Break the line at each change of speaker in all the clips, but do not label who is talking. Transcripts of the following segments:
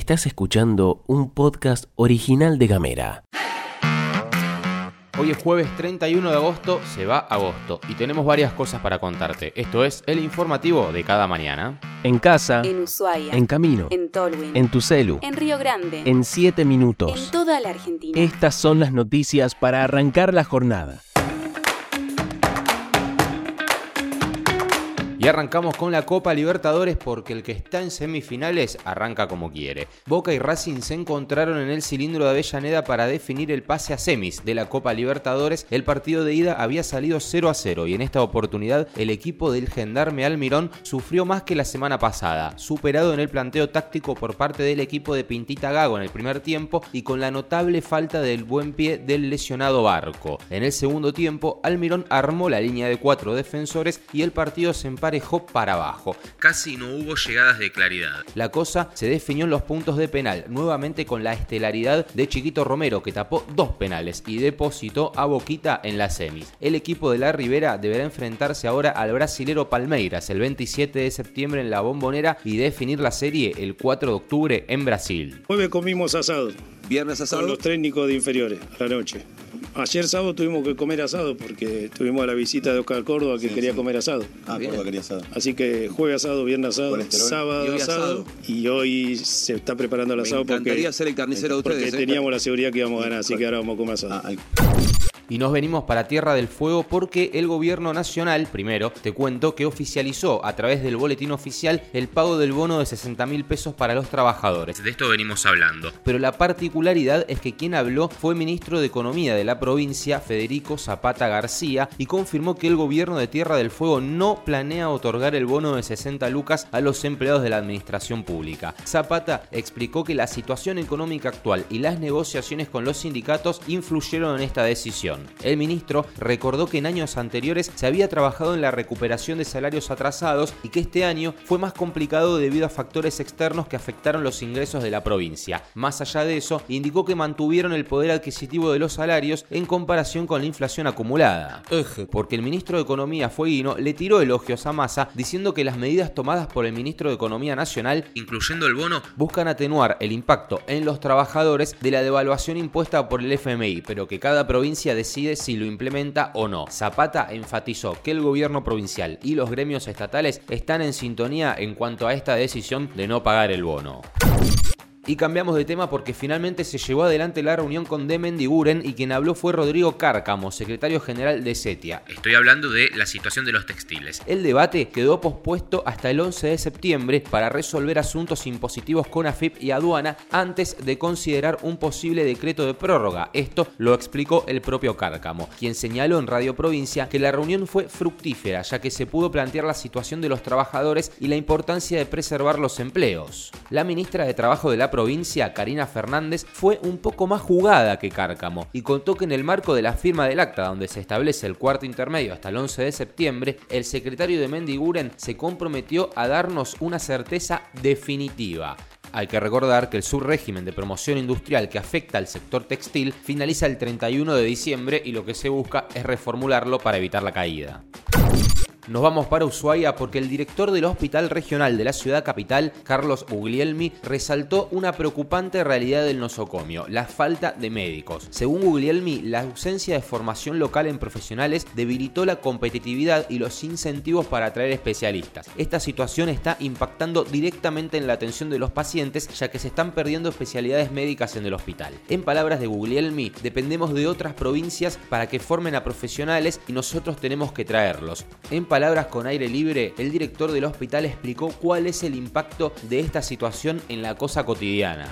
Estás escuchando un podcast original de Gamera.
Hoy es jueves 31 de agosto, se va agosto y tenemos varias cosas para contarte. Esto es el informativo de cada mañana.
En casa,
en Ushuaia,
en camino,
en Tolwyn,
en tu celu,
en Río Grande,
en 7 minutos.
en toda la Argentina.
Estas son las noticias para arrancar la jornada.
Y arrancamos con la Copa Libertadores porque el que está en semifinales arranca como quiere. Boca y Racing se encontraron en el cilindro de Avellaneda para definir el pase a semis de la Copa Libertadores. El partido de ida había salido 0-0 y en esta oportunidad el equipo del Gendarme Almirón sufrió más que la semana pasada, superado en el planteo táctico por parte del equipo de Pintita Gago en el primer tiempo y con la notable falta del buen pie del lesionado Barco. En el segundo tiempo, Almirón armó la línea de 4 defensores y el partido se emparejó para abajo. Casi no hubo llegadas de claridad. La cosa se definió en los puntos de penal, nuevamente con la estelaridad de Chiquito Romero, que tapó 2 penales y depositó a Boquita en las semis. El equipo de la Ribera deberá enfrentarse ahora al brasilero Palmeiras el 27 de septiembre en la Bombonera y definir la serie el 4 de octubre en Brasil.
Jueves comimos asado.
Viernes asado.
Con los técnicos de inferiores, a la noche. Ayer sábado tuvimos que comer asado porque tuvimos a la visita de Oscar Córdoba que quería comer asado.
Córdoba quería asado.
Así que jueves asado, viernes asado, sábado
¿Y hoy
asado. Y hoy se está preparando el asado
Me encantaría ser el carnicero de ustedes.
Porque teníamos la seguridad que íbamos a ganar, así que ahora vamos a comer asado.
Y nos venimos para Tierra del Fuego porque el gobierno nacional, primero, te cuento que oficializó a través del boletín oficial el pago del bono de 60.000 pesos para los trabajadores. De esto venimos hablando. Pero la particularidad es que quien habló fue el ministro de Economía de la provincia, Federico Zapata García, y confirmó que el gobierno de Tierra del Fuego no planea otorgar el bono de 60 lucas a los empleados de la administración pública. Zapata explicó que la situación económica actual y las negociaciones con los sindicatos influyeron en esta decisión. El ministro recordó que en años anteriores se había trabajado en la recuperación de salarios atrasados y que este año fue más complicado debido a factores externos que afectaron los ingresos de la provincia. Más allá de eso, indicó que mantuvieron el poder adquisitivo de los salarios en comparación con la inflación acumulada. Porque el ministro de Economía, Fueguino, le tiró elogios a Massa diciendo que las medidas tomadas por el ministro de Economía Nacional, incluyendo el bono, buscan atenuar el impacto en los trabajadores de la devaluación impuesta por el FMI, pero que cada provincia decide si lo implementa o no. Zapata enfatizó que el gobierno provincial y los gremios estatales están en sintonía en cuanto a esta decisión de no pagar el bono. Y cambiamos de tema porque finalmente se llevó adelante la reunión con De Mendiguren y quien habló fue Rodrigo Cárcamo, secretario general de Setia. Estoy hablando de la situación de los textiles. El debate quedó pospuesto hasta el 11 de septiembre para resolver asuntos impositivos con AFIP y aduana antes de considerar un posible decreto de prórroga. Esto lo explicó el propio Cárcamo, quien señaló en Radio Provincia que la reunión fue fructífera ya que se pudo plantear la situación de los trabajadores y la importancia de preservar los empleos. La ministra de Trabajo de la provincia, Karina Fernández, fue un poco más jugada que Cárcamo y contó que en el marco de la firma del acta donde se establece el cuarto intermedio hasta el 11 de septiembre, el secretario de Mendiguren se comprometió a darnos una certeza definitiva. Hay que recordar que el subrégimen de promoción industrial que afecta al sector textil finaliza el 31 de diciembre y lo que se busca es reformularlo para evitar la caída. Nos vamos para Ushuaia porque el director del Hospital Regional de la ciudad capital, Carlos Guglielmi, resaltó una preocupante realidad del nosocomio, la falta de médicos. Según Guglielmi, la ausencia de formación local en profesionales debilitó la competitividad y los incentivos para atraer especialistas. Esta situación está impactando directamente en la atención de los pacientes, ya que se están perdiendo especialidades médicas en el hospital. En palabras de Guglielmi, dependemos de otras provincias para que formen a profesionales y nosotros tenemos que traerlos. En palabras con aire libre, el director del hospital explicó cuál es el impacto de esta situación en la cosa cotidiana.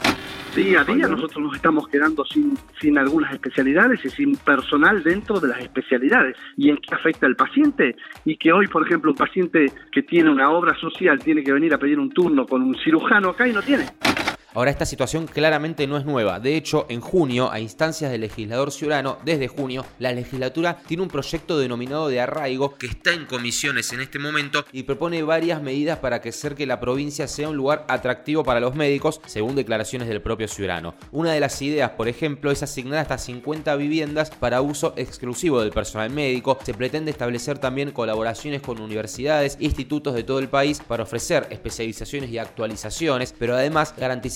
Día a día nosotros nos estamos quedando sin algunas especialidades y sin personal dentro de las especialidades. ¿Y en qué afecta al paciente? Y que hoy, por ejemplo, un paciente que tiene una obra social tiene que venir a pedir un turno con un cirujano acá y no tiene.
Ahora, esta situación claramente no es nueva. De hecho, en junio, a instancias del legislador ciudadano, desde junio, la legislatura tiene un proyecto denominado de arraigo que está en comisiones en este momento y propone varias medidas para hacer que la provincia sea un lugar atractivo para los médicos, según declaraciones del propio ciudadano. Una de las ideas, por ejemplo, es asignar hasta 50 viviendas para uso exclusivo del personal médico. Se pretende establecer también colaboraciones con universidades e institutos de todo el país para ofrecer especializaciones y actualizaciones, pero además garantizar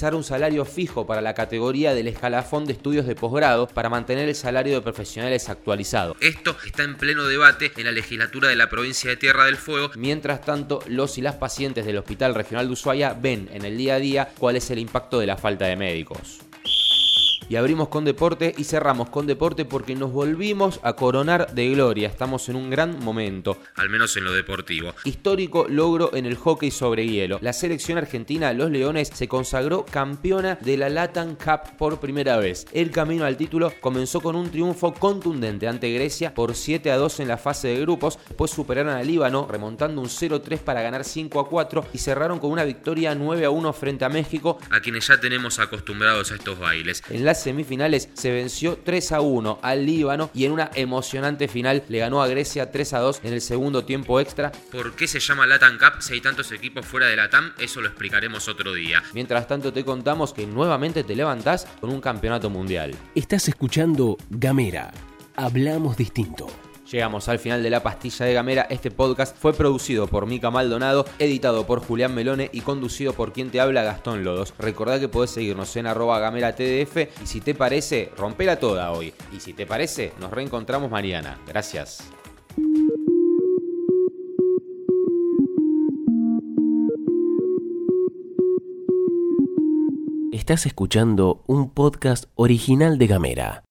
garantizar un salario fijo para la categoría del escalafón de estudios de posgrado para mantener el salario de profesionales actualizado. Esto está en pleno debate en la legislatura de la provincia de Tierra del Fuego. Mientras tanto, los y las pacientes del Hospital Regional de Ushuaia ven en el día a día cuál es el impacto de la falta de médicos. Y abrimos con deporte y cerramos con deporte porque nos volvimos a coronar de gloria. Estamos en un gran momento, al menos en lo deportivo. Histórico logro en el hockey sobre hielo. La selección argentina, los Leones, se consagró campeona de la LATAM Cup por primera vez. El camino al título comenzó con un triunfo contundente ante Grecia por 7-2 en la fase de grupos. Después superaron a Líbano remontando un 0-3 para ganar 5-4 y cerraron con una victoria 9-1 frente a México, a quienes ya tenemos acostumbrados a estos bailes. En las semifinales se venció 3-1 al Líbano y en una emocionante final le ganó a Grecia 3-2 en el segundo tiempo extra. ¿Por qué se llama LATAM Cup si hay tantos equipos fuera de LATAM? Eso lo explicaremos otro día. Mientras tanto te contamos que nuevamente te levantás con un campeonato mundial.
Estás escuchando Gamera. Hablamos distinto.
Llegamos al final de La Pastilla de Gamera. Este podcast fue producido por Mica Maldonado, editado por Julián Melone y conducido por quien te habla, Gastón Lodos. Recordá que podés seguirnos en @GameraTDF y si te parece, rompela toda hoy. Y si te parece, nos reencontramos mañana. Gracias.
Estás escuchando un podcast original de Gamera.